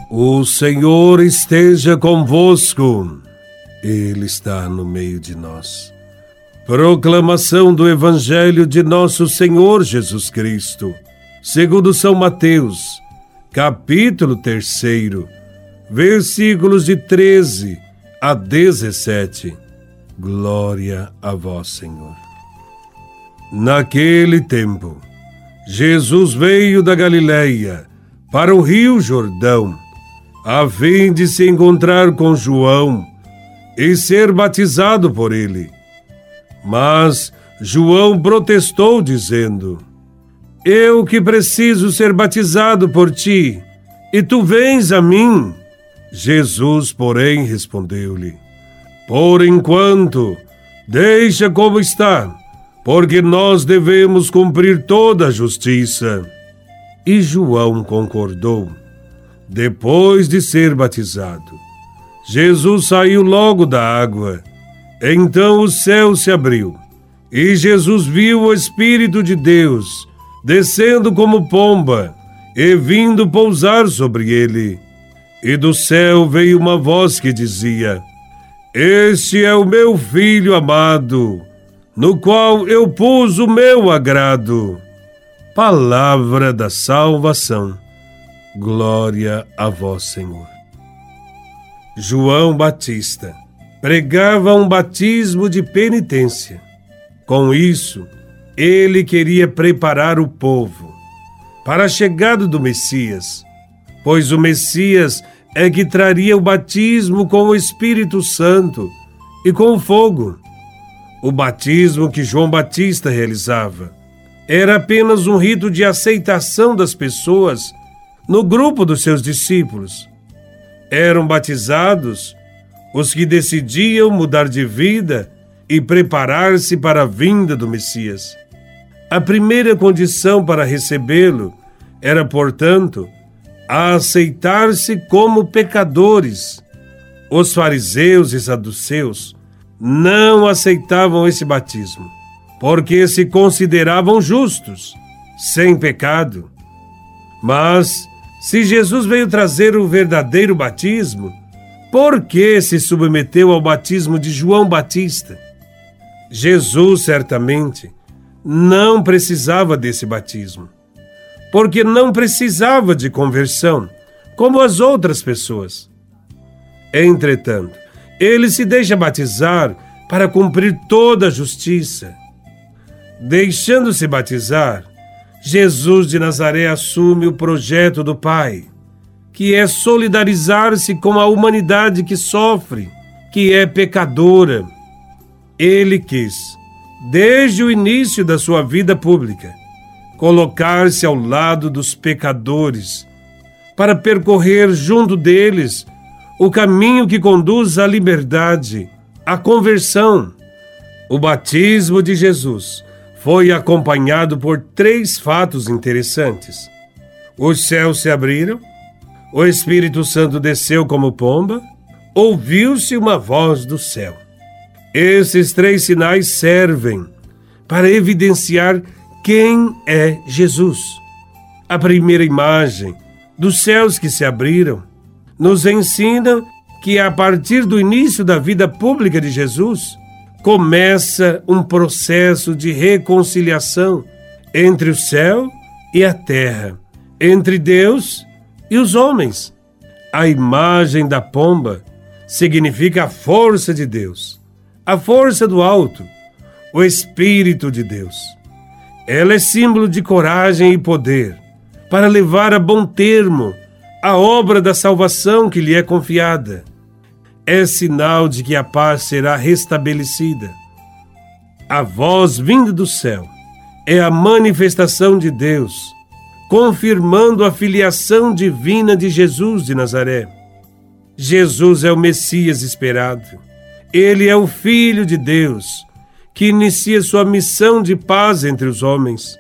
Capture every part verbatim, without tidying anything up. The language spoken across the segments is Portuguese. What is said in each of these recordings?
O Senhor esteja convosco. Ele está no meio de nós. Proclamação do Evangelho de nosso Senhor Jesus Cristo, segundo São Mateus, capítulo terceiro, versículos de treze a dezessete. Glória a vós, Senhor. Naquele tempo, Jesus veio da Galileia para o rio Jordão, a fim de se encontrar com João e ser batizado por ele. Mas João protestou, dizendo: Eu que preciso ser batizado por ti, e tu vens a mim? Jesus, porém, respondeu-lhe: Por enquanto, deixa como está, porque nós devemos cumprir toda a justiça. E João concordou. Depois de ser batizado, Jesus saiu logo da água. Então o céu se abriu, e Jesus viu o Espírito de Deus descendo como pomba e vindo pousar sobre ele. E do céu veio uma voz que dizia: Este é o meu Filho amado, no qual eu pus o meu agrado. Palavra da salvação. Glória a vós, Senhor. João Batista pregava um batismo de penitência. Com isso, ele queria preparar o povo para a chegada do Messias, pois o Messias é que traria o batismo com o Espírito Santo e com o fogo. O batismo que João Batista realizava era apenas um rito de aceitação das pessoas no grupo dos seus discípulos. Eram batizados os que decidiam mudar de vida e preparar-se para a vinda do Messias. A primeira condição para recebê-lo era, portanto, a aceitar-se como pecadores. Os fariseus e saduceus não aceitavam esse batismo, porque se consideravam justos, sem pecado. Mas, se Jesus veio trazer o verdadeiro batismo, por que se submeteu ao batismo de João Batista? Jesus, certamente, não precisava desse batismo, porque não precisava de conversão, como as outras pessoas. Entretanto, ele se deixa batizar para cumprir toda a justiça. Deixando-se batizar, Jesus de Nazaré assume o projeto do Pai, que é solidarizar-se com a humanidade que sofre, que é pecadora. Ele quis, desde o início da sua vida pública, colocar-se ao lado dos pecadores, para percorrer junto deles o caminho que conduz à liberdade, à conversão. O batismo de Jesus foi acompanhado por três fatos interessantes. Os céus se abriram, o Espírito Santo desceu como pomba, ouviu-se uma voz do céu. Esses três sinais servem para evidenciar quem é Jesus. A primeira imagem dos céus que se abriram nos ensina que, a partir do início da vida pública de Jesus, começa um processo de reconciliação entre o céu e a terra, entre Deus e os homens. A imagem da pomba significa a força de Deus, a força do alto, o Espírito de Deus. Ela é símbolo de coragem e poder para levar a bom termo a obra da salvação que lhe é confiada. É sinal de que a paz será restabelecida. A voz vinda do céu é a manifestação de Deus, confirmando a filiação divina de Jesus de Nazaré. Jesus é o Messias esperado. Ele é o Filho de Deus, que inicia sua missão de paz entre os homens.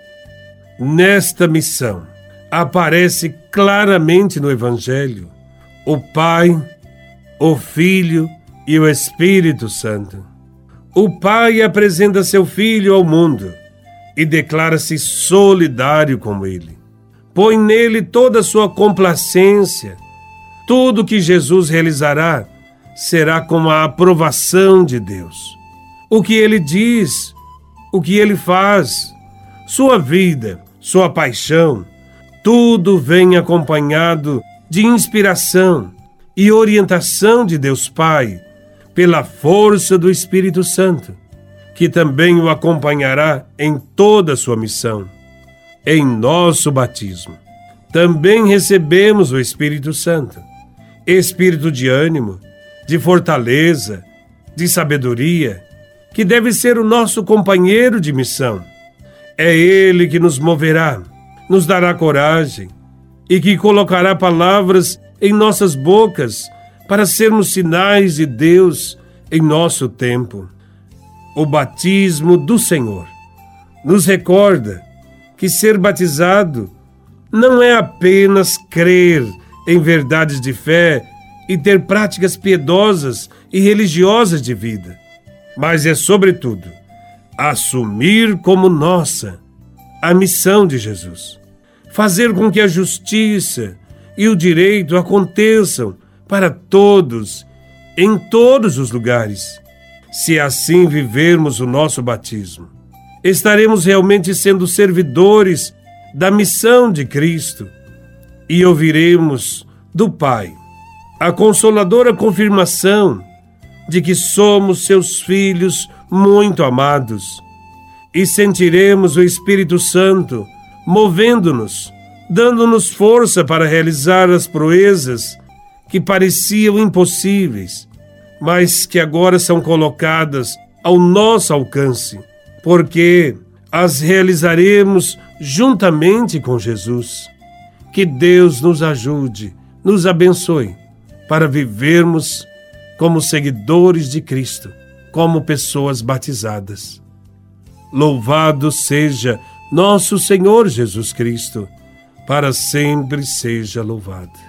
Nesta missão, aparece claramente no Evangelho o Pai, o Filho e o Espírito Santo. O Pai apresenta seu Filho ao mundo e declara-se solidário com ele. Põe nele toda a sua complacência, Tudo que Jesus realizará será com a aprovação de Deus. O que ele diz, o que ele faz, sua vida, sua paixão, tudo vem acompanhado de inspiração e orientação de Deus Pai, pela força do Espírito Santo, que também o acompanhará em toda a sua missão. Em nosso batismo, também recebemos o Espírito Santo, espírito de ânimo, de fortaleza, de sabedoria, que deve ser o nosso companheiro de missão. É ele que nos moverá, nos dará coragem e que colocará palavras em nossas bocas para sermos sinais de Deus em nosso tempo. O batismo do Senhor nos recorda que ser batizado não é apenas crer em verdades de fé e ter práticas piedosas e religiosas de vida, mas é, sobretudo, assumir como nossa a missão de Jesus, fazer com que a justiça e o direito aconteçam para todos, em todos os lugares. Se assim vivermos o nosso batismo, estaremos realmente sendo servidores da missão de Cristo e ouviremos do Pai a consoladora confirmação de que somos seus filhos muito amados, e sentiremos o Espírito Santo movendo-nos, dando-nos força para realizar as proezas que pareciam impossíveis, mas que agora são colocadas ao nosso alcance, porque as realizaremos juntamente com Jesus. Que Deus nos ajude, nos abençoe, para vivermos como seguidores de Cristo, como pessoas batizadas. Louvado seja nosso Senhor Jesus Cristo, para sempre seja louvado.